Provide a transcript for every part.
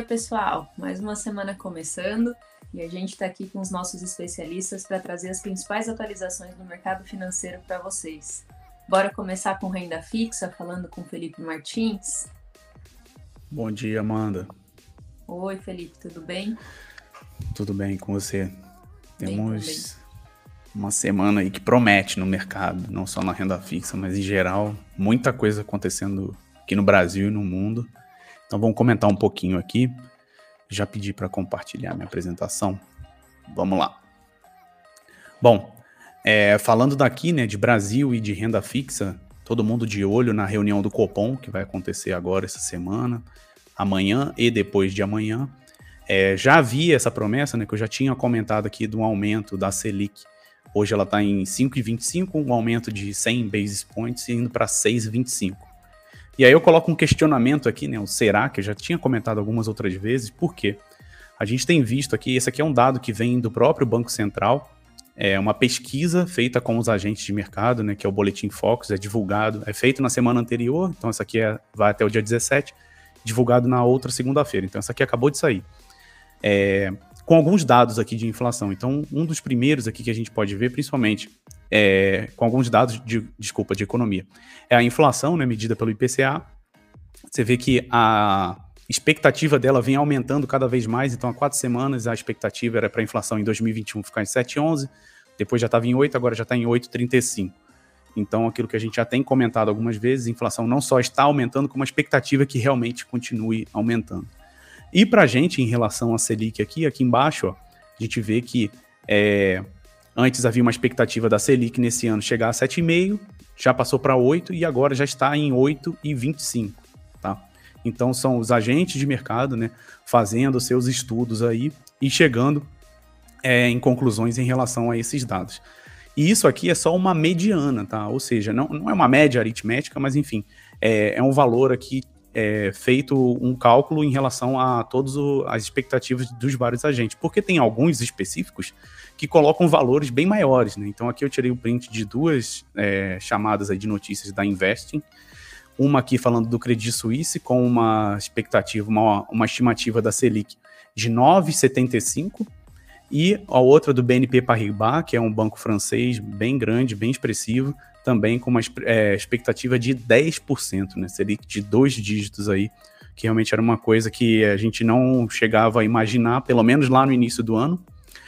pessoal! Mais uma semana começando e a gente está aqui com os nossos especialistas para trazer as principais atualizações do mercado financeiro para vocês. Bora começar com renda fixa, falando com Felipe Martins. Bom dia, Amanda. Oi, Felipe, tudo bem? Tudo bem com você? Bem Temos uma semana aí que promete no mercado, não só na renda fixa, mas em geral, muita coisa acontecendo aqui no Brasil e no mundo. Então vamos comentar um pouquinho aqui. Já pedi para compartilhar minha apresentação. Vamos lá. Bom, falando daqui, né, de Brasil e de renda fixa, todo mundo de olho na reunião do Copom, que vai acontecer agora essa semana, amanhã e depois de amanhã. Já havia essa promessa, né, que eu já tinha comentado aqui do aumento da Selic. Hoje ela está em 5,25, um aumento de 100 basis points indo para 6,25. E aí eu coloco um questionamento aqui, né, o será, que eu já tinha comentado algumas outras vezes, por quê? A gente tem visto aqui, esse aqui é um dado que vem do próprio Banco Central, é uma pesquisa feita com os agentes de mercado, né, que é o Boletim Focus, é divulgado, é feito na semana anterior, então essa aqui vai até o dia 17, divulgado na outra segunda-feira, então essa aqui acabou de sair. Com alguns dados aqui de inflação, então um dos primeiros aqui que a gente pode ver, principalmente, com alguns dados de economia, é a inflação, né, medida pelo IPCA. Você vê que a expectativa dela vem aumentando cada vez mais, então há 4 semanas a expectativa era para a inflação em 2021 ficar em 7,11, depois já estava em 8, agora já está em 8,35. Então aquilo que a gente já tem comentado algumas vezes, a inflação não só está aumentando, como a expectativa é que realmente continue aumentando. E para a gente, em relação à Selic aqui embaixo, ó, a gente vê que antes havia uma expectativa da Selic nesse ano chegar a 7,5, já passou para 8 e agora já está em 8,25, tá? Então são os agentes de mercado, né, fazendo seus estudos aí e chegando em conclusões em relação a esses dados. E isso aqui é só uma mediana, tá? Ou seja, não é uma média aritmética, mas enfim, é um valor aqui feito um cálculo em relação a todas as expectativas dos vários agentes, porque tem alguns específicos que colocam valores bem maiores, né? Então aqui eu tirei o print de duas chamadas aí de notícias da Investing, uma aqui falando do Credit Suisse com uma expectativa, uma estimativa da Selic de 9,75, e a outra do BNP Paribas, que é um banco francês bem grande, bem expressivo, também com uma expectativa de 10%, né? Selic de 2 dígitos aí, que realmente era uma coisa que a gente não chegava a imaginar, pelo menos lá no início do ano.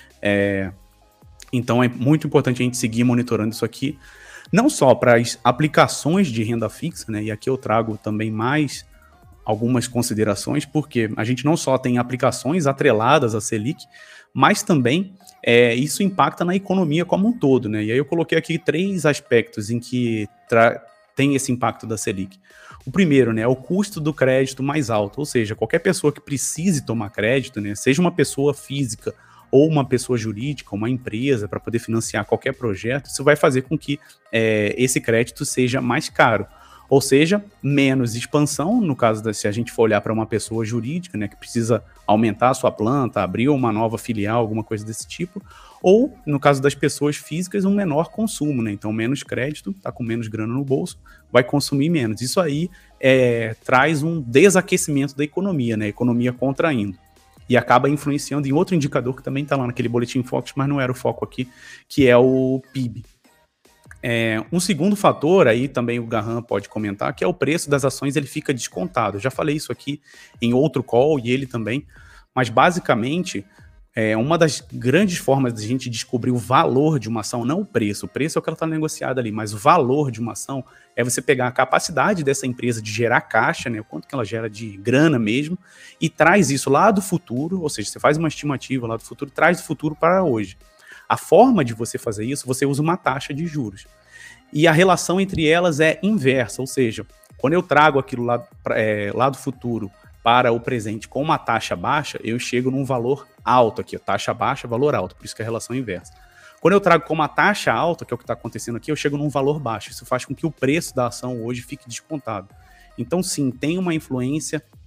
Então é muito importante a gente seguir monitorando isso aqui, não só para as aplicações de renda fixa, né? E aqui eu trago também mais algumas considerações, porque a gente não só tem aplicações atreladas à Selic, mas também isso impacta na economia como um todo, né? E aí eu coloquei aqui 3 aspectos em que tem esse impacto da Selic. O primeiro, né, é o custo do crédito mais alto, ou seja, qualquer pessoa que precise tomar crédito, né, seja uma pessoa física ou uma pessoa jurídica, uma empresa, para poder financiar qualquer projeto, isso vai fazer com que esse crédito seja mais caro. Ou seja, menos expansão, no caso se a gente for olhar para uma pessoa jurídica, né, que precisa aumentar a sua planta, abrir uma nova filial, alguma coisa desse tipo, ou, no caso das pessoas físicas, um menor consumo, né, então menos crédito, está com menos grana no bolso, vai consumir menos. Isso aí traz um desaquecimento da economia, né, a economia contraindo. E acaba influenciando em outro indicador que também está lá naquele Boletim Focus, mas não era o foco aqui, que é o PIB. Um segundo fator, aí também o Garran pode comentar, que é o preço das ações, ele fica descontado. Eu já falei isso aqui em outro call e ele também, mas basicamente uma das grandes formas de a gente descobrir o valor de uma ação, não o preço é o que ela está negociada ali, mas o valor de uma ação é você pegar a capacidade dessa empresa de gerar caixa, né, o quanto que ela gera de grana mesmo, e traz isso lá do futuro, ou seja, você faz uma estimativa lá do futuro, traz do futuro para hoje. A forma de você fazer isso, você usa uma taxa de juros. E a relação entre elas é inversa, ou seja, quando eu trago aquilo lá do futuro para o presente com uma taxa baixa, eu chego num valor alto aqui, taxa baixa, valor alto, por isso que é a relação inversa. Quando eu trago com uma taxa alta, que é o que está acontecendo aqui, eu chego num valor baixo. Isso faz com que o preço da ação hoje fique descontado. Então, sim, tem uma influência,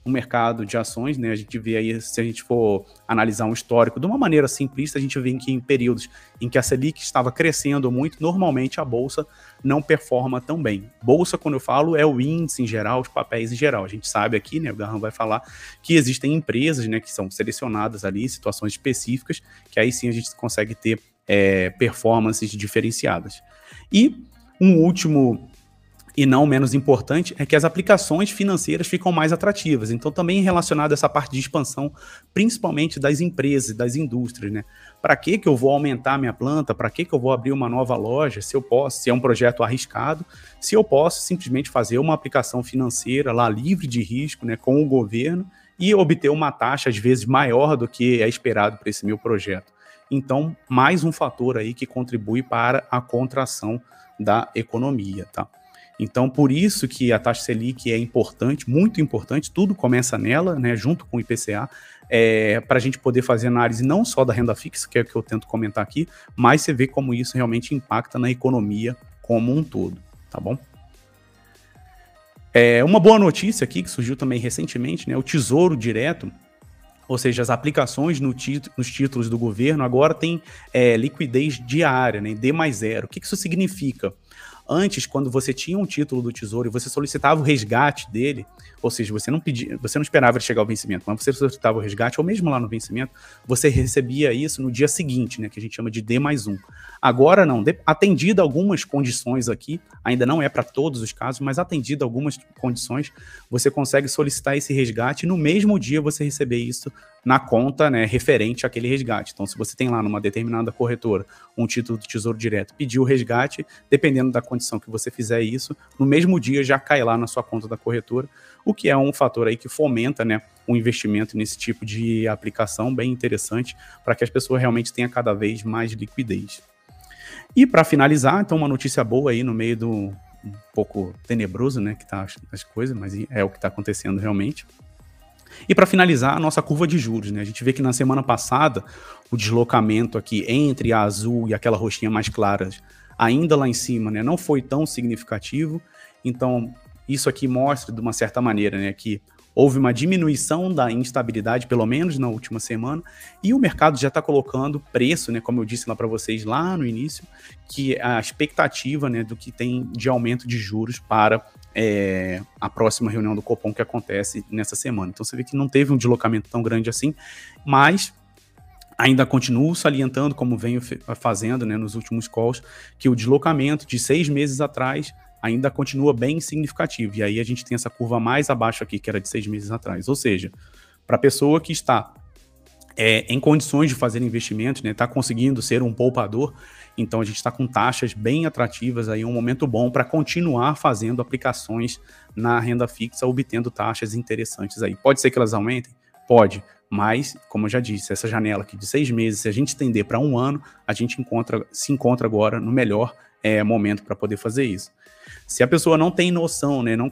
o mercado de ações, né? A gente vê aí, se a gente for analisar um histórico de uma maneira simplista, a gente vê que em períodos em que a Selic estava crescendo muito, normalmente a Bolsa não performa tão bem. Bolsa, quando eu falo, é o índice em geral, os papéis em geral. A gente sabe aqui, né, o Garran vai falar, que existem empresas, né, que são selecionadas ali, situações específicas, que aí sim a gente consegue ter performances diferenciadas. E um último e não menos importante, é que as aplicações financeiras ficam mais atrativas. Então, também relacionado a essa parte de expansão, principalmente das empresas, das indústrias, né? Para que eu vou aumentar minha planta? Para que eu vou abrir uma nova loja? Se eu posso, se é um projeto arriscado, se eu posso simplesmente fazer uma aplicação financeira lá livre de risco, né, com o governo e obter uma taxa, às vezes, maior do que é esperado para esse meu projeto. Então, mais um fator aí que contribui para a contração da economia, tá? Então, por isso que a taxa Selic é importante, muito importante, tudo começa nela, né, junto com o IPCA, para a gente poder fazer análise não só da renda fixa, que é o que eu tento comentar aqui, mas você vê como isso realmente impacta na economia como um todo, tá bom? Uma boa notícia aqui, que surgiu também recentemente, né, o Tesouro Direto, ou seja, as aplicações nos títulos do governo agora tem liquidez diária, né, D+0. O que isso significa? Antes, quando você tinha um título do Tesouro e você solicitava o resgate dele, ou seja, você não esperava ele chegar ao vencimento, mas você solicitava o resgate, ou mesmo lá no vencimento, você recebia isso no dia seguinte, né, que a gente chama de D+1. Agora não, atendida algumas condições aqui, ainda não é para todos os casos, mas atendida algumas condições, você consegue solicitar esse resgate e no mesmo dia você receber isso na conta, né, referente àquele resgate. Então, se você tem lá numa determinada corretora um título do Tesouro Direto, pediu o resgate, dependendo da condição que você fizer isso, no mesmo dia já cai lá na sua conta da corretora, o que é um fator aí que fomenta, né, o investimento nesse tipo de aplicação bem interessante para que as pessoas realmente tenham cada vez mais liquidez. E para finalizar, então, uma notícia boa aí no meio do um pouco tenebroso, né, que tá as coisas, mas é o que está acontecendo realmente. E para finalizar, a nossa curva de juros, né? A gente vê que na semana passada o deslocamento aqui entre a azul e aquela roxinha mais clara, ainda lá em cima, né, não foi tão significativo. Então, isso aqui mostra, de uma certa maneira, né, que houve uma diminuição da instabilidade, pelo menos na última semana, e o mercado já está colocando preço, né, como eu disse lá para vocês lá no início, que a expectativa, né, do que tem de aumento de juros para a próxima reunião do Copom que acontece nessa semana. Então você vê que não teve um deslocamento tão grande assim, mas ainda continuo salientando, como venho fazendo, né, nos últimos calls, que o deslocamento de 6 meses atrás ainda continua bem significativo. E aí a gente tem essa curva mais abaixo aqui, que era de 6 meses atrás. Ou seja, para a pessoa que está em condições de fazer investimentos, né, está conseguindo ser um poupador, então a gente está com taxas bem atrativas, aí um momento bom para continuar fazendo aplicações na renda fixa, obtendo taxas interessantes aí. Pode ser que elas aumentem? Pode, mas, como eu já disse, essa janela aqui de 6 meses, se a gente estender para 1 ano, a gente se encontra agora no melhor momento para poder fazer isso. Se a pessoa não tem noção, né,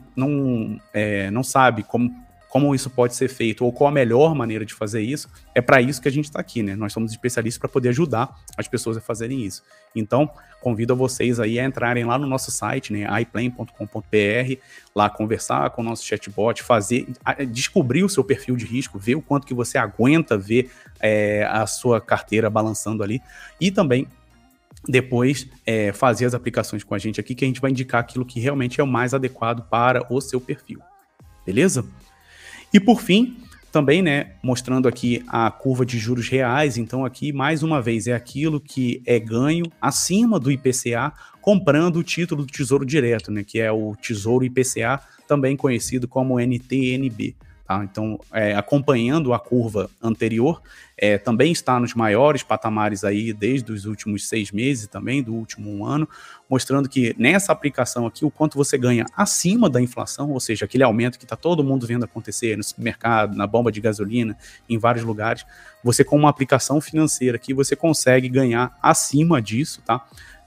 não sabe como isso pode ser feito ou qual a melhor maneira de fazer isso, é para isso que a gente está aqui, né? Nós somos especialistas para poder ajudar as pessoas a fazerem isso. Então, convido a vocês aí a entrarem lá no nosso site, né, iPlan.com.br, lá conversar com o nosso chatbot, descobrir o seu perfil de risco, ver o quanto que você aguenta ver a sua carteira balançando ali e também depois fazer as aplicações com a gente aqui, que a gente vai indicar aquilo que realmente é o mais adequado para o seu perfil. Beleza? E por fim, também, né, mostrando aqui a curva de juros reais, então aqui, mais uma vez, é aquilo que é ganho acima do IPCA, comprando o título do Tesouro Direto, né, que é o Tesouro IPCA, também conhecido como NTNB. Tá? Então, acompanhando a curva anterior, também está nos maiores patamares aí desde os últimos 6 meses também, do último ano, mostrando que nessa aplicação aqui, o quanto você ganha acima da inflação, ou seja, aquele aumento que está todo mundo vendo acontecer no supermercado, na bomba de gasolina, em vários lugares, você com uma aplicação financeira aqui, você consegue ganhar acima disso, tá?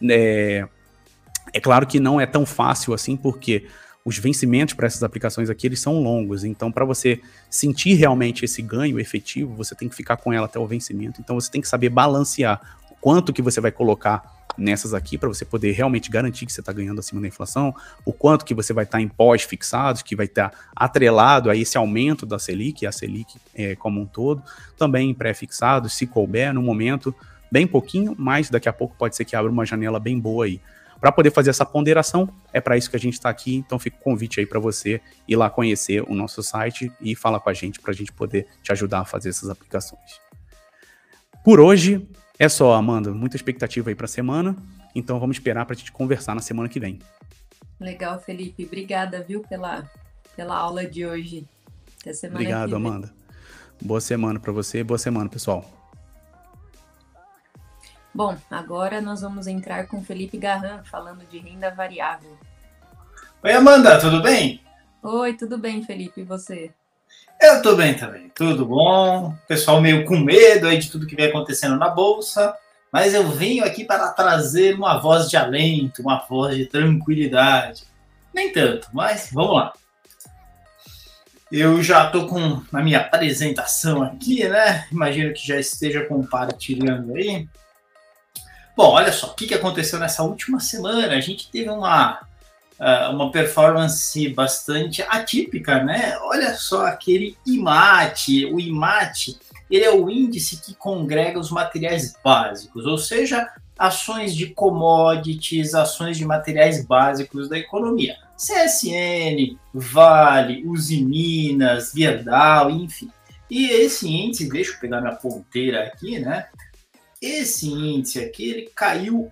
É claro que não é tão fácil assim, porque os vencimentos para essas aplicações aqui, eles são longos, então para você sentir realmente esse ganho efetivo, você tem que ficar com ela até o vencimento, então você tem que saber balancear o quanto que você vai colocar nessas aqui, para você poder realmente garantir que você está ganhando acima da inflação, o quanto que você vai estar em pós-fixados, que vai estar atrelado a esse aumento da Selic, a Selic como um todo, também em pré-fixados, se couber, no momento, bem pouquinho, mas daqui a pouco pode ser que abra uma janela bem boa aí. Para poder fazer essa ponderação, é para isso que a gente está aqui, então fica o convite aí para você ir lá conhecer o nosso site e falar com a gente para a gente poder te ajudar a fazer essas aplicações. Por hoje é só, Amanda, muita expectativa aí para a semana, então vamos esperar para a gente conversar na semana que vem. Legal, Felipe, obrigada, viu, pela aula de hoje. Até semana que vem. Obrigado, Amanda. Boa semana para você, boa semana, pessoal. Bom, agora nós vamos entrar com o Felipe Garran, falando de renda variável. Oi, Amanda, tudo bem? Oi, tudo bem, Felipe, e você? Eu tô bem também, tudo bom. Pessoal meio com medo aí de tudo que vem acontecendo na Bolsa, mas eu venho aqui para trazer uma voz de alento, uma voz de tranquilidade. Nem tanto, mas vamos lá. Eu já tô na minha apresentação aqui, né? Imagino que já esteja compartilhando aí. Bom, olha só, o que aconteceu nessa última semana? A gente teve uma performance bastante atípica, né? Olha só aquele IMAT. O IMAT, ele é o índice que congrega os materiais básicos, ou seja, ações de commodities, ações de materiais básicos da economia. CSN, Vale, Usiminas, Gerdau, enfim. E esse índice, deixa eu pegar minha ponteira aqui, né? Esse índice aqui, ele caiu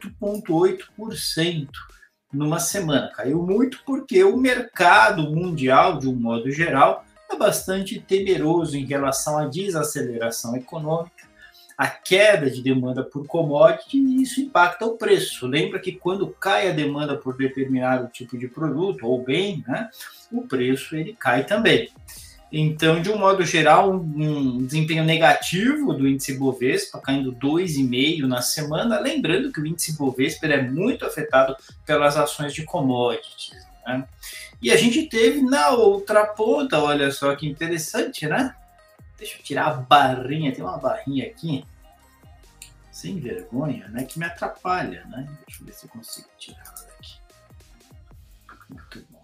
8,8% numa semana. Caiu muito porque o mercado mundial, de um modo geral, é bastante temeroso em relação à desaceleração econômica, a queda de demanda por commodity, e isso impacta o preço. Lembra que quando cai a demanda por determinado tipo de produto ou bem, né, o preço ele cai também. Então, de um modo geral, um desempenho negativo do índice Bovespa, caindo 2,5% na semana. Lembrando que o índice Bovespa é muito afetado pelas ações de commodities, né? E a gente teve na outra ponta, olha só que interessante, né? Deixa eu tirar a barrinha, tem uma barrinha aqui, sem vergonha, né? Que me atrapalha, né? Deixa eu ver se eu consigo tirar ela daqui. Muito bom.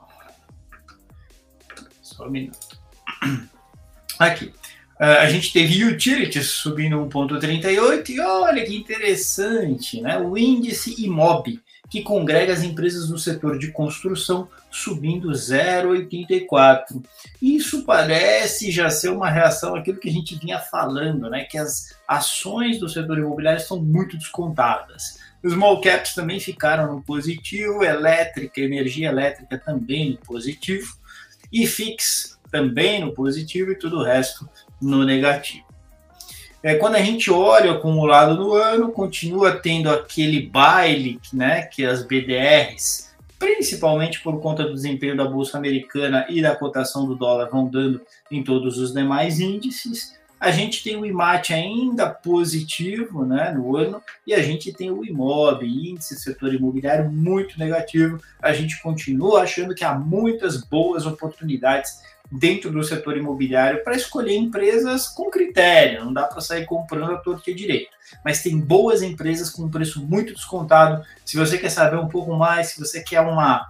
Só um minuto. Aqui, a gente teve utilities subindo 1,38 e olha que interessante, né? O índice IMOB, que congrega as empresas do setor de construção, subindo 0,84. Isso parece já ser uma reação àquilo que a gente vinha falando, né? Que as ações do setor imobiliário estão muito descontadas. Os small caps também ficaram no positivo, elétrica, energia elétrica também no positivo, e FIX também no positivo e tudo o resto no negativo. Quando a gente olha o acumulado no ano, continua tendo aquele baile, né, que as BDRs, principalmente por conta do desempenho da Bolsa Americana e da cotação do dólar, vão dando em todos os demais índices. A gente tem o IMAT ainda positivo, né, no ano, e a gente tem o IMOB, índice do setor imobiliário, muito negativo. A gente continua achando que há muitas boas oportunidades dentro do setor imobiliário para escolher empresas com critério, não dá para sair comprando a torta e direito, mas tem boas empresas com um preço muito descontado. Se você quer saber um pouco mais, se você quer uma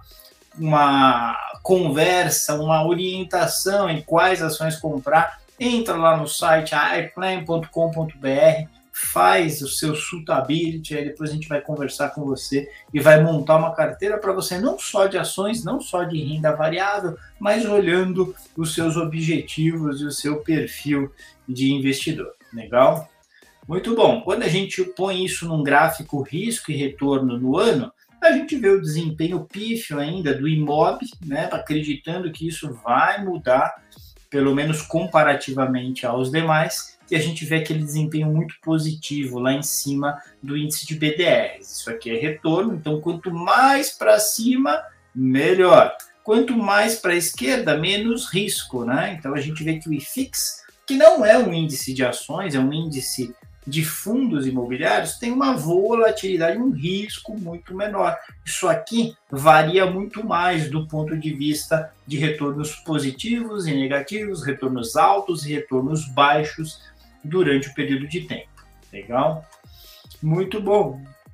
conversa, uma orientação em quais ações comprar, entra lá no site airplan.com.br, faz o seu suitability, aí depois a gente vai conversar com você e vai montar uma carteira para você, não só de ações, não só de renda variável, mas olhando os seus objetivos e o seu perfil de investidor. Legal? Muito bom. Quando a gente põe isso num gráfico risco e retorno no ano, a gente vê o desempenho pífio ainda do IMOB, né, acreditando que isso vai mudar, pelo menos comparativamente aos demais, e a gente vê aquele desempenho muito positivo lá em cima do índice de BDRs. Isso aqui é retorno, então quanto mais para cima, melhor. Quanto mais para a esquerda, menos risco, né? Então a gente vê que o IFIX, que não é um índice de ações, é um índice de fundos imobiliários, tem uma volatilidade, um risco muito menor. Isso aqui varia muito mais do ponto de vista de retornos positivos e negativos, retornos altos e retornos baixos durante o período de tempo. Legal? Muito bom.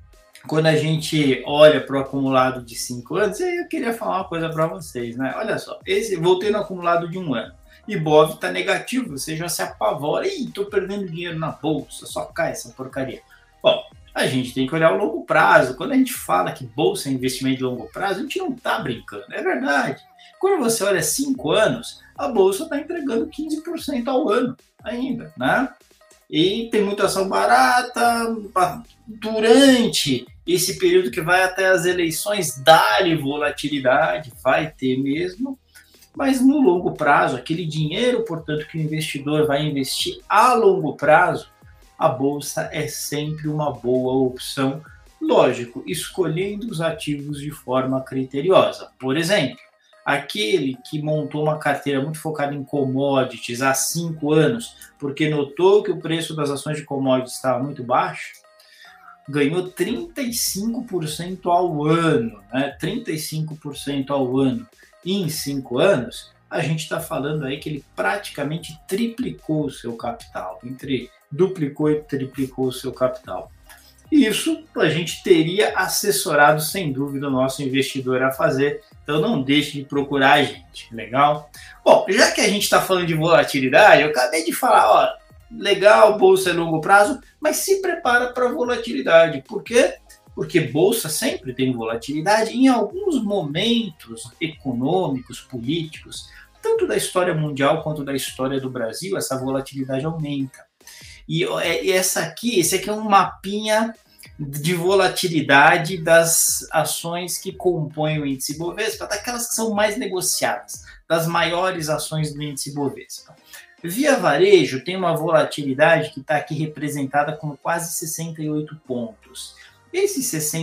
quando a gente olha para o acumulado de 5 anos, eu queria falar uma coisa para vocês, né? Olha só, voltei no acumulado de 1 ano. Ibov está negativo, você já se apavora. Ih, estou perdendo dinheiro na bolsa, só cai essa porcaria. Bom, a gente tem que olhar o longo prazo. Quando a gente fala que bolsa é investimento de longo prazo, a gente não está brincando, é verdade. Quando você olha 5 anos, a bolsa está entregando 15% ao ano ainda, né? E tem muita ação barata. Durante esse período que vai até as eleições, dá-lhe volatilidade, vai ter mesmo. Mas no longo prazo, aquele dinheiro, portanto, que o investidor vai investir a longo prazo, a bolsa é sempre uma boa opção. Lógico, escolhendo os ativos de forma criteriosa. Por exemplo, aquele que montou uma carteira muito focada em commodities há 5 anos, porque notou que o preço das ações de commodities estava muito baixo, ganhou 35% ao ano, né? 35% ao ano. E em 5 anos, a gente está falando aí que ele praticamente triplicou o seu capital, duplicou e triplicou o seu capital. Isso a gente teria assessorado, sem dúvida, o nosso investidor a fazer. Então não deixe de procurar a gente, legal? Bom, já que a gente está falando de volatilidade, eu acabei de falar, ó, legal, bolsa é longo prazo, mas se prepara para volatilidade. Por quê? Porque bolsa sempre tem volatilidade. Em alguns momentos econômicos, políticos, tanto da história mundial quanto da história do Brasil, essa volatilidade aumenta. E esse aqui é um mapinha de volatilidade das ações que compõem o índice Bovespa, daquelas que são mais negociadas, das maiores ações do índice Bovespa. Via Varejo tem uma volatilidade que está aqui representada como quase 68 pontos. Esse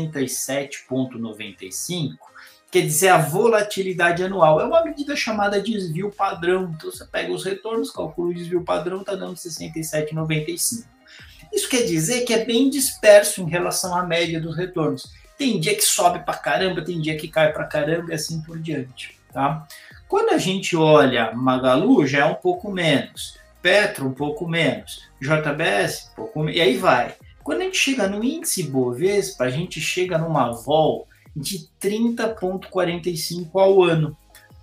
67,95 quer dizer a volatilidade anual. É uma medida chamada desvio padrão. Então você pega os retornos, calcula o desvio padrão, está dando 67,95. Isso quer dizer que é bem disperso em relação à média dos retornos. Tem dia que sobe para caramba, tem dia que cai para caramba e assim por diante. Tá? Quando a gente olha Magalu, já é um pouco menos. Petro, um pouco menos. JBS, um pouco menos. E aí vai. Quando a gente chega no índice Bovespa, a gente chega numa vol de 30,45 ao ano.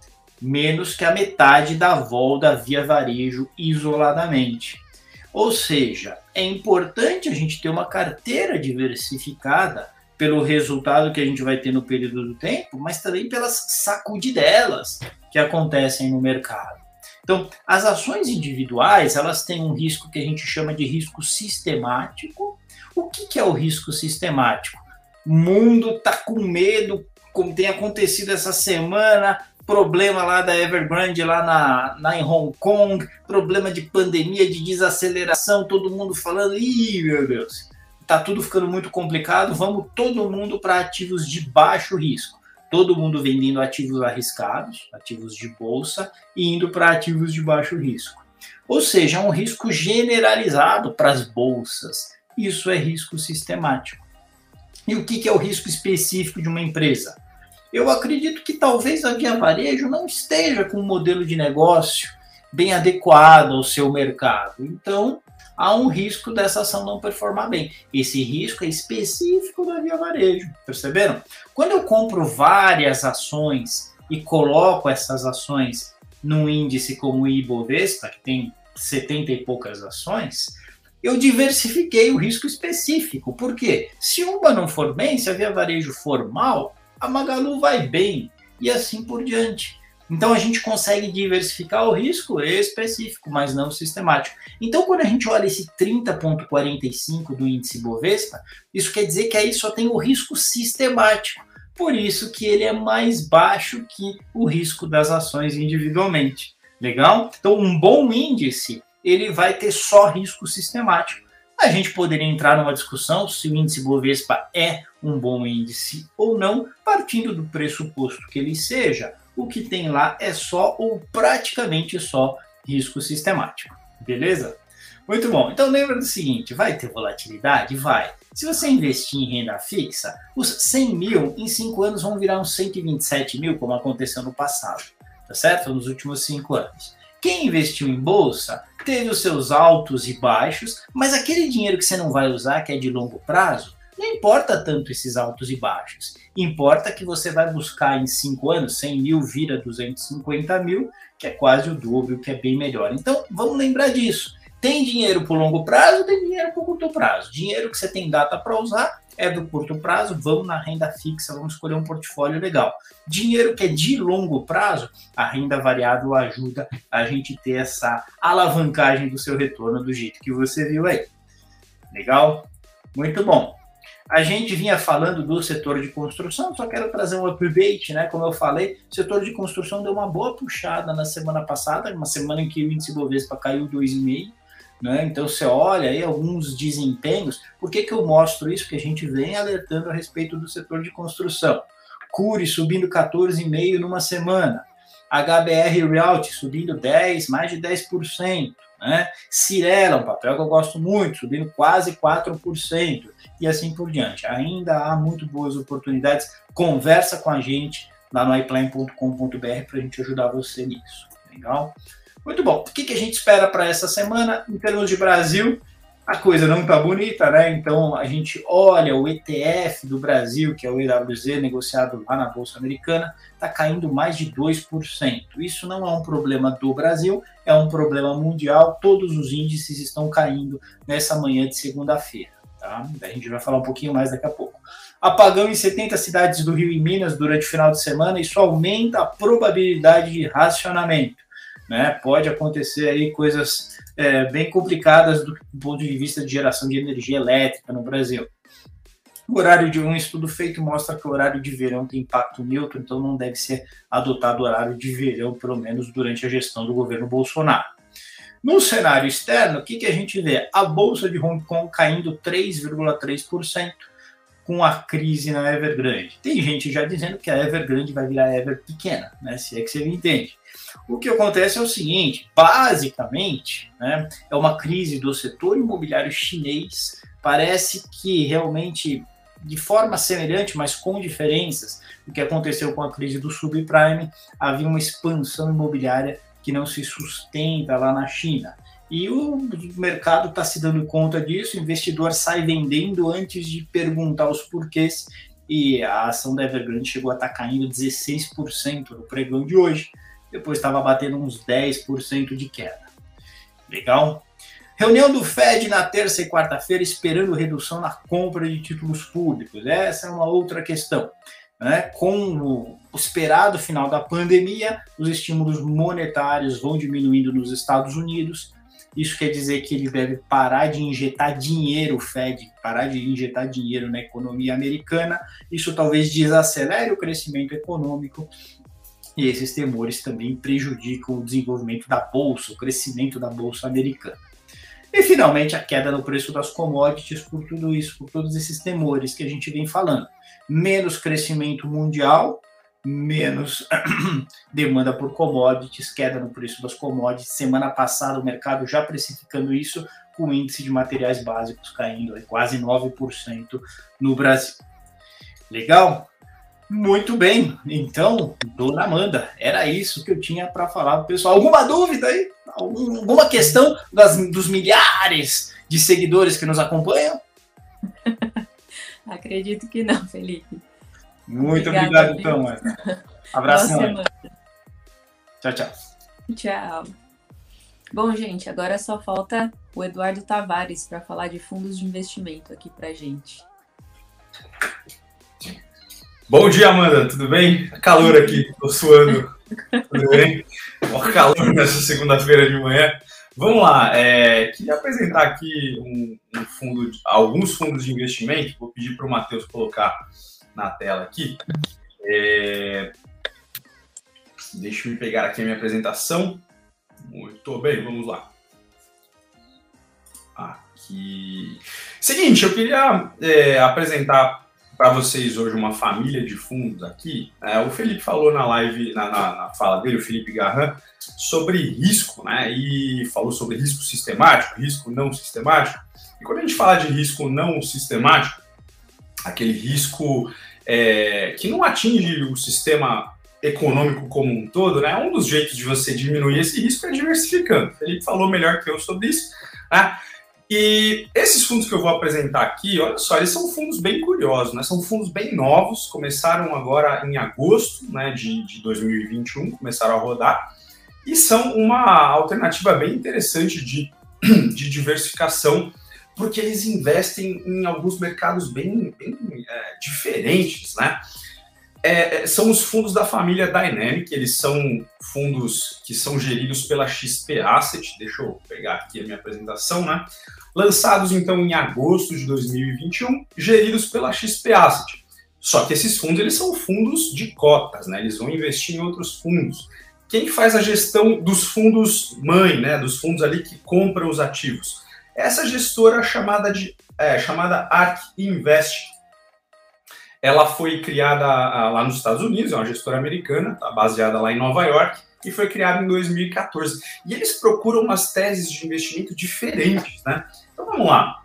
Menos que a metade da vol da Via Varejo isoladamente. Ou seja, é importante a gente ter uma carteira diversificada pelo resultado que a gente vai ter no período do tempo, mas também pelas sacudidelas que acontecem no mercado. Então, as ações individuais, elas têm um risco que a gente chama de risco sistemático. O que é o risco sistemático? O mundo está com medo, como tem acontecido essa semana, problema lá da Evergrande lá em Hong Kong, problema de pandemia, de desaceleração, todo mundo falando, ih, meu Deus, está tudo ficando muito complicado, vamos todo mundo para ativos de baixo risco. Todo mundo vendendo ativos arriscados, ativos de bolsa, e indo para ativos de baixo risco. Ou seja, é um risco generalizado para as bolsas. Isso é risco sistemático. E o que é o risco específico de uma empresa? Eu acredito que talvez a Via Varejo não esteja com um modelo de negócio bem adequado ao seu mercado. Então, há um risco dessa ação não performar bem. Esse risco é específico da Via Varejo, perceberam? Quando eu compro várias ações e coloco essas ações num índice como o Ibovespa, que tem 70 e poucas ações, eu diversifiquei o risco específico. Por quê? Se uma não for bem, se a Via Varejo for mal, a Magalu vai bem e assim por diante. Então a gente consegue diversificar o risco específico, mas não sistemático. Então quando a gente olha esse 30,45 do índice Bovespa, isso quer dizer que aí só tem o risco sistemático. Por isso que ele é mais baixo que o risco das ações individualmente. Legal? Então um bom índice, ele vai ter só risco sistemático. A gente poderia entrar numa discussão se o índice Bovespa é um bom índice ou não, partindo do pressuposto que ele seja. O que tem lá é só ou praticamente só risco sistemático. Beleza? Muito bom. Então lembra do seguinte, vai ter volatilidade? Vai. Se você investir em renda fixa, os 100 mil em 5 anos vão virar uns 127 mil, como aconteceu no passado. Tá certo? Nos últimos 5 anos. Quem investiu em bolsa teve os seus altos e baixos, mas aquele dinheiro que você não vai usar, que é de longo prazo, Não importa tanto esses altos e baixos. Importa que você vai buscar em 5 anos, 100 mil vira 250 mil, que é quase o dobro, que é bem melhor. Então, vamos lembrar disso. Tem dinheiro para o longo prazo, tem dinheiro para o curto prazo. Dinheiro que você tem data para usar é do curto prazo, vamos na renda fixa, vamos escolher um portfólio legal. Dinheiro que é de longo prazo, a renda variável ajuda a gente ter essa alavancagem do seu retorno do jeito que você viu aí. Legal? Muito bom. A gente vinha falando do setor de construção, só quero trazer um update, né? Como eu falei, o setor de construção deu uma boa puxada na semana passada, uma semana em que o índice Bovespa caiu 2,5%. Né? Então você olha aí alguns desempenhos. Por que eu mostro isso? Que a gente vem alertando a respeito do setor de construção. Cury subindo 14,5% numa semana. HBR Realty subindo 10%, mais de 10%. Né? Cirela, um papel que eu gosto muito, subindo quase 4%. E assim por diante. Ainda há muito boas oportunidades. Conversa com a gente lá no iPlan.com.br para a gente ajudar você nisso. Legal? Muito bom. O que a gente espera para essa semana? Em termos de Brasil, a coisa não está bonita, né? Então, a gente olha o ETF do Brasil, que é o EWZ, negociado lá na Bolsa Americana, está caindo mais de 2%. Isso não é um problema do Brasil, é um problema mundial. Todos os índices estão caindo nessa manhã de segunda-feira. Tá? A gente vai falar um pouquinho mais daqui a pouco. Apagão em 70 cidades do Rio e Minas durante o final de semana, isso aumenta a probabilidade de racionamento. Né? Pode acontecer aí coisas bem complicadas do ponto de vista de geração de energia elétrica no Brasil. O horário de um estudo feito mostra que o horário de verão tem impacto neutro, então não deve ser adotado o horário de verão, pelo menos durante a gestão do governo Bolsonaro. No cenário externo, o que a gente vê? A Bolsa de Hong Kong caindo 3,3%. Com a crise na Evergrande. Tem gente já dizendo que a Evergrande vai virar Ever pequena, né? Se é que você me entende. O que acontece é o seguinte, basicamente, né, é uma crise do setor imobiliário chinês. Parece que realmente, de forma semelhante, mas com diferenças, do que aconteceu com a crise do subprime, havia uma expansão imobiliária que não se sustenta lá na China. E o mercado está se dando conta disso, o investidor sai vendendo antes de perguntar os porquês, e a ação da Evergrande chegou a estar caindo 16% no pregão de hoje, depois estava batendo uns 10% de queda. Legal? Reunião do Fed na terça e quarta-feira, esperando redução na compra de títulos públicos. Essa é uma outra questão. Né? Com o esperado final da pandemia, os estímulos monetários vão diminuindo nos Estados Unidos. Isso quer dizer que ele deve parar de injetar dinheiro, o Fed, parar de injetar dinheiro na economia americana. Isso talvez desacelere o crescimento econômico e esses temores também prejudicam o desenvolvimento da Bolsa, o crescimento da Bolsa americana. E, finalmente, a queda no preço das commodities por tudo isso, por todos esses temores que a gente vem falando. Menos crescimento mundial, menos demanda por commodities, queda no preço das commodities. Semana passada o mercado já precificando isso, com o índice de materiais básicos caindo quase 9% no Brasil. Legal? Muito bem. Então, dona Amanda, era isso que eu tinha para falar pro pessoal. Alguma dúvida aí? Alguma questão dos milhares de seguidores que nos acompanham? Acredito que não, Felipe. Muito obrigado, então, Ana. Abraço. Tchau, tchau. Tchau. Bom, gente, agora só falta o Eduardo Tavares para falar de fundos de investimento aqui pra gente. Bom dia, Amanda, tudo bem? Calor aqui, tô suando. Tudo bem? Ó, calor nessa segunda-feira de manhã. Vamos lá, queria apresentar aqui alguns fundos de investimento. Vou pedir para o Matheus colocar na tela aqui. Deixa eu pegar aqui a minha apresentação. Muito bem, vamos lá. Aqui. Seguinte, eu queria apresentar para vocês hoje uma família de fundos aqui. O Felipe falou na live, na fala dele, o Felipe Garran, sobre risco, né? E falou sobre risco sistemático, risco não sistemático. E quando a gente fala de risco não sistemático, aquele risco que não atinge o sistema econômico como um todo, né? Um dos jeitos de você diminuir esse risco é diversificando. O Felipe falou melhor que eu sobre isso, né? E esses fundos que eu vou apresentar aqui, olha só, eles são fundos bem curiosos, né? São fundos bem novos, começaram agora em agosto, né, de 2021, começaram a rodar, e são uma alternativa bem interessante de diversificação, porque eles investem em alguns mercados bem diferentes, né? São os fundos da família Dynamic, eles são fundos que são geridos pela XP Asset, deixa eu pegar aqui a minha apresentação, né? Lançados então em agosto de 2021, geridos pela XP Asset. Só que esses fundos, eles são fundos de cotas, né? Eles vão investir em outros fundos. Quem faz a gestão dos fundos mãe, né? Dos fundos ali que compram os ativos? Essa gestora chamada ARK Invest. Ela foi criada lá nos Estados Unidos, é uma gestora americana, tá baseada lá em Nova York, e foi criada em 2014. E eles procuram umas teses de investimento diferentes, né? Então vamos lá.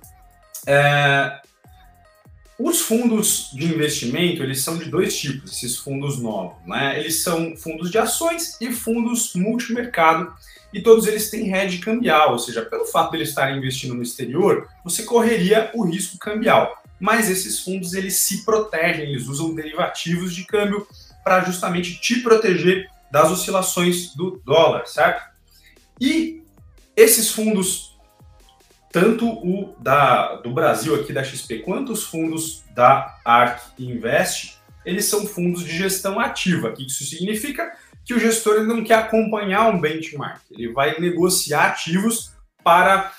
Os fundos de investimento, eles são de dois tipos, esses fundos novos, né? Eles são fundos de ações e fundos multimercado, e todos eles têm hedge cambial, ou seja, pelo fato de eles estarem investindo no exterior, você correria o risco cambial. Mas esses fundos, eles se protegem, eles usam derivativos de câmbio para justamente te proteger das oscilações do dólar, certo? E esses fundos, tanto o do Brasil aqui da XP, quanto os fundos da ARK Invest, eles são fundos de gestão ativa. O que isso significa? Que o gestor ele não quer acompanhar um benchmark, ele vai negociar ativos para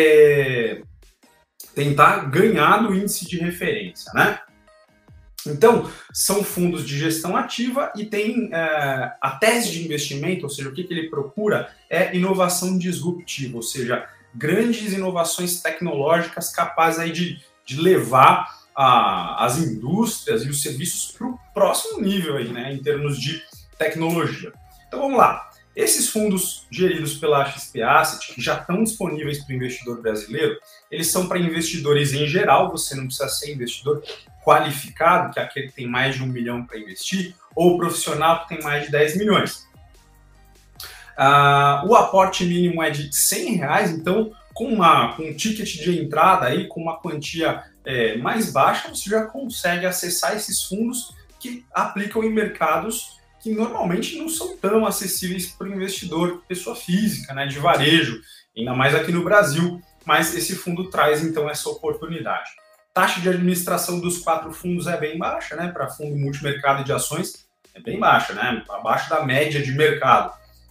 tentar ganhar do índice de referência, né? Então, são fundos de gestão ativa e tem a tese de investimento, ou seja, o que ele procura é inovação disruptiva, ou seja, grandes inovações tecnológicas capazes aí de levar as indústrias e os serviços para o próximo nível aí, né, em termos de tecnologia. Então vamos lá. Esses fundos geridos pela XP Asset, que já estão disponíveis para o investidor brasileiro, eles são para investidores em geral, você não precisa ser investidor qualificado, que é aquele que tem mais de 1 milhão para investir, ou profissional que tem mais de 10 milhões. O aporte mínimo é de R$100, então com um ticket de entrada, aí, com uma quantia mais baixa, você já consegue acessar esses fundos que aplicam em mercados que normalmente não são tão acessíveis para o investidor, pessoa física, né, de varejo, ainda mais aqui no Brasil, mas esse fundo traz, então, essa oportunidade. Taxa de administração dos 4 fundos é bem baixa, né, para fundo multimercado de ações, é bem baixa, né, abaixo da média de mercado,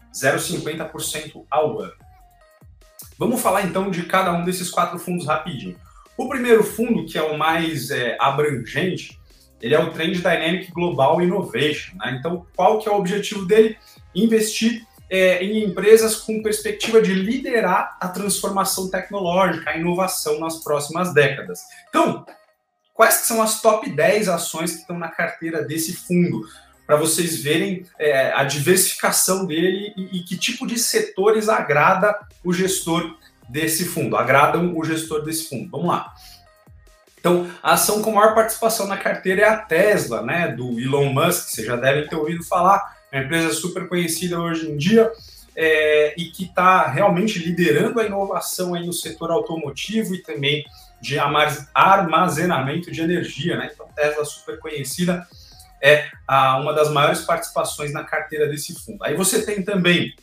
0,50% ao ano. Vamos falar, então, de cada um desses 4 fundos rapidinho. O primeiro fundo, que é o mais abrangente, ele é o Trend Dynamic Global Innovation, né? Então, qual que é o objetivo dele? Investir em empresas com perspectiva de liderar a transformação tecnológica, a inovação nas próximas décadas. Então, quais que são as top 10 ações que estão na carteira desse fundo? Para vocês verem a diversificação dele e que tipo de setores agrada o gestor desse fundo, agradam o gestor desse fundo. Vamos lá. Então, a ação com maior participação na carteira é a Tesla, né, do Elon Musk, vocês já devem ter ouvido falar, é uma empresa super conhecida hoje em dia e que está realmente liderando a inovação aí no setor automotivo e também de armazenamento de energia, né? Então, Tesla super conhecida, é uma das maiores participações na carteira desse fundo. Aí você tem também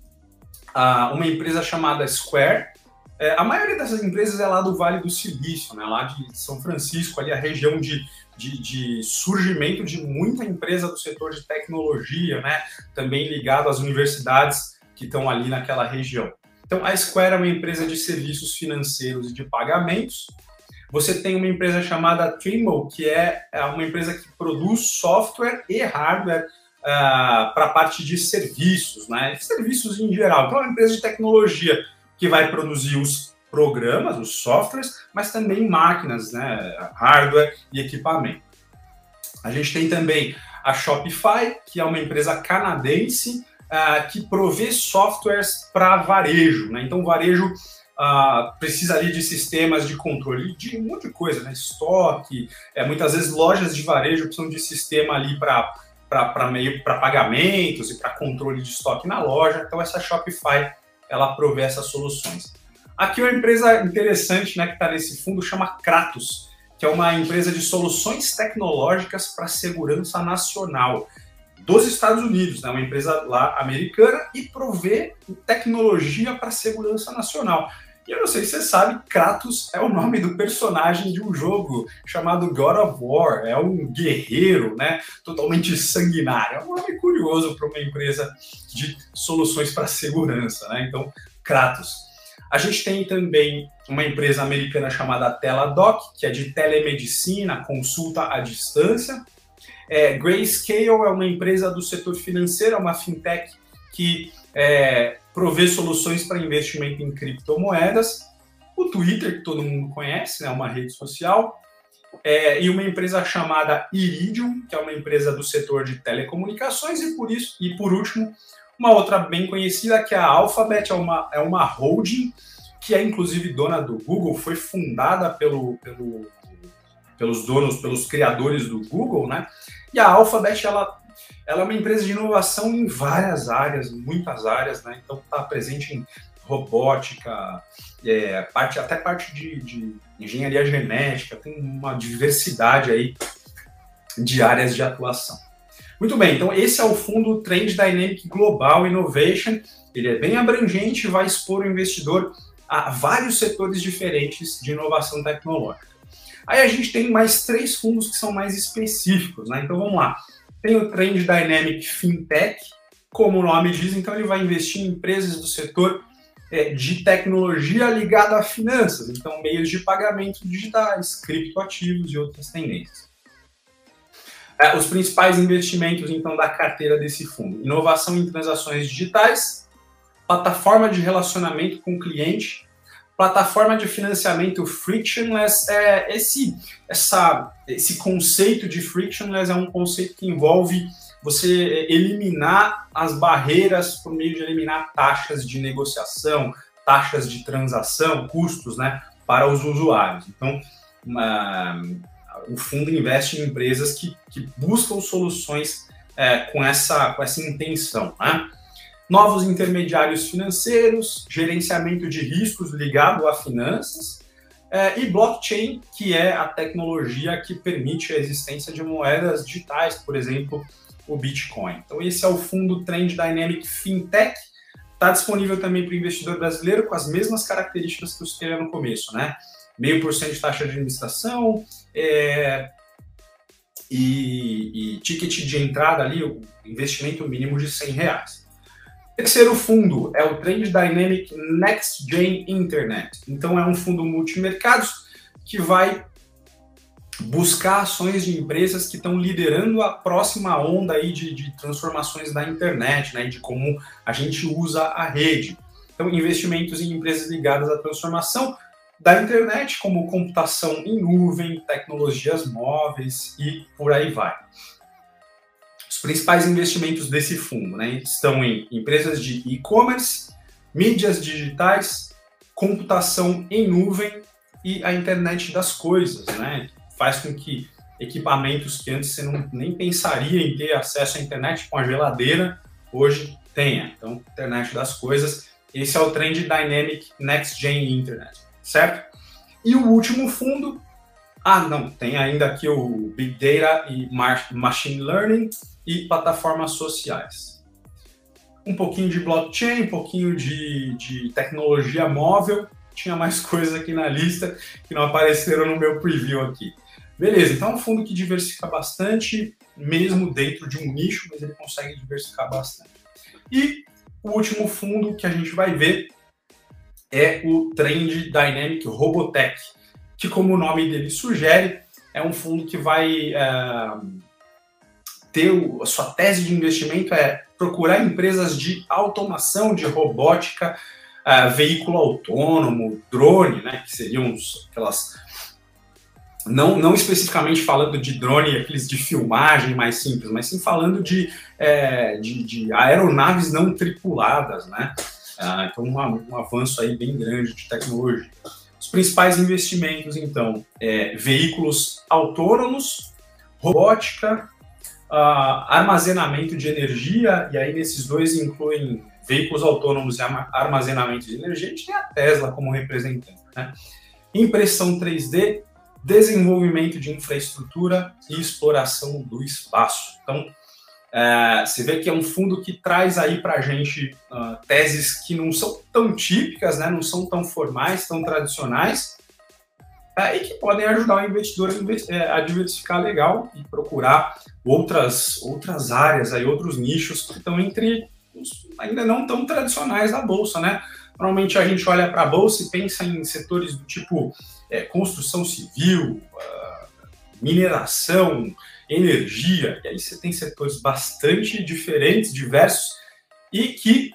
uma empresa chamada Square. A maioria dessas empresas é lá do Vale do Silício, né, lá de São Francisco, ali a região de surgimento de muita empresa do setor de tecnologia, né, também ligado às universidades que estão ali naquela região. Então, a Square é uma empresa de serviços financeiros e de pagamentos. Você tem uma empresa chamada Trimble, que é uma empresa que produz software e hardware para a parte de serviços, né, serviços em geral. Então, é uma empresa de tecnologia que vai produzir os programas, os softwares, mas também máquinas, né, hardware e equipamento. A gente tem também a Shopify, que é uma empresa canadense que provê softwares para varejo, né? Então, o varejo precisa ali de sistemas de controle de um monte de coisa, né? Estoque, muitas vezes lojas de varejo precisam de sistema ali para pagamentos e para controle de estoque na loja. Então, essa Shopify ela provê essas soluções. Aqui uma empresa interessante, né, que está nesse fundo, chama Kratos, que é uma empresa de soluções tecnológicas para segurança nacional dos Estados Unidos, né, uma empresa lá americana e provê tecnologia para segurança nacional. E eu não sei se você sabe, Kratos é o nome do personagem de um jogo chamado God of War, é um guerreiro, né, totalmente sanguinário. É um nome curioso para uma empresa de soluções para segurança, né? Então, Kratos. A gente tem também uma empresa americana chamada Teladoc, que é de telemedicina, consulta à distância. Grayscale é uma empresa do setor financeiro, é uma fintech que provê soluções para investimento em criptomoedas. O Twitter, que todo mundo conhece, né, uma rede social. E uma empresa chamada Iridium, que é uma empresa do setor de telecomunicações. E por último, uma outra bem conhecida, que é a Alphabet, é uma holding, que é inclusive dona do Google, foi fundada pelos donos, pelos criadores do Google, né? E a Alphabet, ela é uma empresa de inovação em várias áreas, muitas áreas, né? Então está presente em robótica, até parte de engenharia genética, tem uma diversidade aí de áreas de atuação. Muito bem, então esse é o fundo Trend Dynamic Global Innovation. Ele é bem abrangente e vai expor o investidor a vários setores diferentes de inovação tecnológica. Aí a gente tem mais 3 fundos que são mais específicos, né? Então vamos lá. Tem o Trend Dynamic Fintech, como o nome diz, então ele vai investir em empresas do setor de tecnologia ligada a finanças, então meios de pagamento digitais, criptoativos e outras tendências. Os principais investimentos, então, da carteira desse fundo: inovação em transações digitais, plataforma de relacionamento com o cliente, plataforma de financiamento frictionless. Esse conceito de frictionless é um conceito que envolve você eliminar as barreiras por meio de eliminar taxas de negociação, taxas de transação, custos, né, para os usuários. Então, o fundo investe em empresas que buscam soluções com essa intenção, né? Novos intermediários financeiros, gerenciamento de riscos ligado a finanças e blockchain, que é a tecnologia que permite a existência de moedas digitais, por exemplo, o Bitcoin. Então esse é o fundo Trend Dynamic Fintech, está disponível também para o investidor brasileiro com as mesmas características que eu citei no começo, né? 0,5% de taxa de administração e ticket de entrada ali, o investimento mínimo de R$100. Terceiro fundo é o Trend Dynamic Next Gen Internet. Então é um fundo multimercados que vai buscar ações de empresas que estão liderando a próxima onda aí de transformações da internet, né, de como a gente usa a rede. Então investimentos em empresas ligadas à transformação da internet, como computação em nuvem, tecnologias móveis e por aí vai. Os principais investimentos desse fundo, né, estão em empresas de e-commerce, mídias digitais, computação em nuvem e a internet das coisas, né? Faz com que equipamentos que antes você nem pensaria em ter acesso à internet, com a geladeira, hoje tenha. Então, internet das coisas. Esse é o Trend Dynamic Next Gen Internet, certo? E o último fundo, tem ainda aqui o Big Data e Machine Learning e plataformas sociais. Um pouquinho de blockchain, um pouquinho de tecnologia móvel, tinha mais coisas aqui na lista que não apareceram no meu preview aqui. Beleza, então é um fundo que diversifica bastante, mesmo dentro de um nicho, mas ele consegue diversificar bastante. E o último fundo que a gente vai ver é o Trend Dynamic Robotech, que, como o nome dele sugere, é um fundo que vai ter a sua tese de investimento procurar empresas de automação, de robótica, veículo autônomo, drone, né, que seriam aquelas... Não especificamente falando de drone, aqueles de filmagem mais simples, mas sim falando de aeronaves não tripuladas, né? Então, um avanço aí bem grande de tecnologia. Os principais investimentos, então, veículos autônomos, robótica, armazenamento de energia, e aí nesses dois incluem veículos autônomos e armazenamento de energia. A gente tem a Tesla como representante, né? Impressão 3D, desenvolvimento de infraestrutura e exploração do espaço. Então, você vê que é um fundo que traz aí para a gente teses que não são tão típicas, né, não são tão formais, tão tradicionais, e que podem ajudar o investidor a diversificar legal e procurar outras áreas, aí, outros nichos que estão entre os ainda não tão tradicionais da Bolsa, né? Normalmente a gente olha para a Bolsa e pensa em setores do tipo construção civil, mineração, energia, e aí você tem setores bastante diferentes, diversos, e que,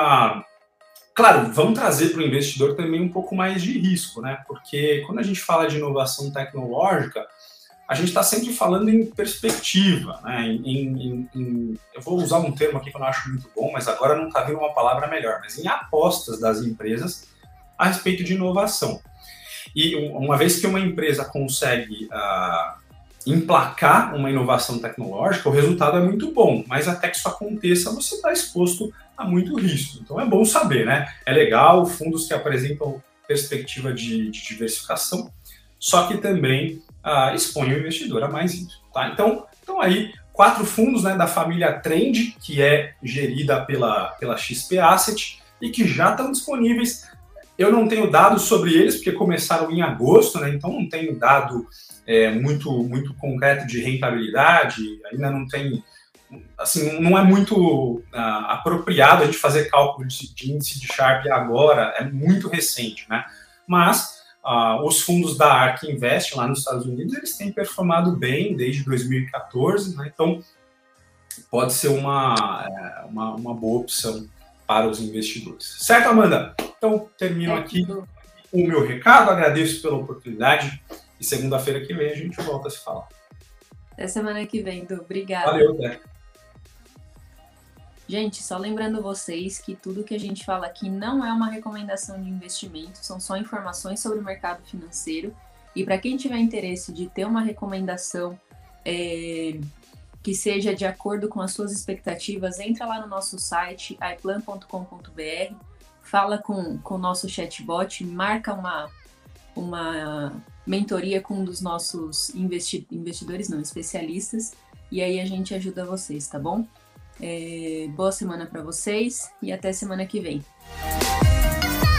claro, vão trazer para o investidor também um pouco mais de risco, né? Porque quando a gente fala de inovação tecnológica, a gente está sempre falando em perspectiva, né? Eu vou usar um termo aqui que eu não acho muito bom, mas agora não está vindo uma palavra melhor, mas em apostas das empresas a respeito de inovação. E uma vez que uma empresa consegue emplacar uma inovação tecnológica, o resultado é muito bom, mas até que isso aconteça, você está exposto a muito risco. Então é bom saber, né? É legal, fundos que apresentam perspectiva de diversificação, só que também expõe o investidor a mais risco. Tá? Então aí, 4 fundos, né, da família Trend, que é gerida pela XP Asset e que já estão disponíveis. Eu não tenho dados sobre eles, porque começaram em agosto, né? Então não tenho dado muito concreto de rentabilidade, ainda não tem, assim, não é muito apropriado a gente fazer cálculo de índice de Sharpe agora, é muito recente, né? Mas os fundos da ARK Invest lá nos Estados Unidos, eles têm performado bem desde 2014, né? Então pode ser uma boa opção para os investidores. Certo, Amanda? Então termino aqui o meu recado, agradeço pela oportunidade. E segunda-feira que vem a gente volta a se falar. Até semana que vem, Du. Obrigada. Valeu, Té. Gente, só lembrando vocês que tudo que a gente fala aqui não é uma recomendação de investimento, são só informações sobre o mercado financeiro. E para quem tiver interesse de ter uma recomendação que seja de acordo com as suas expectativas, entra lá no nosso site, iplan.com.br, fala com o nosso chatbot, marca uma mentoria com um dos nossos especialistas, e aí a gente ajuda vocês, tá bom? Boa semana para vocês e até semana que vem.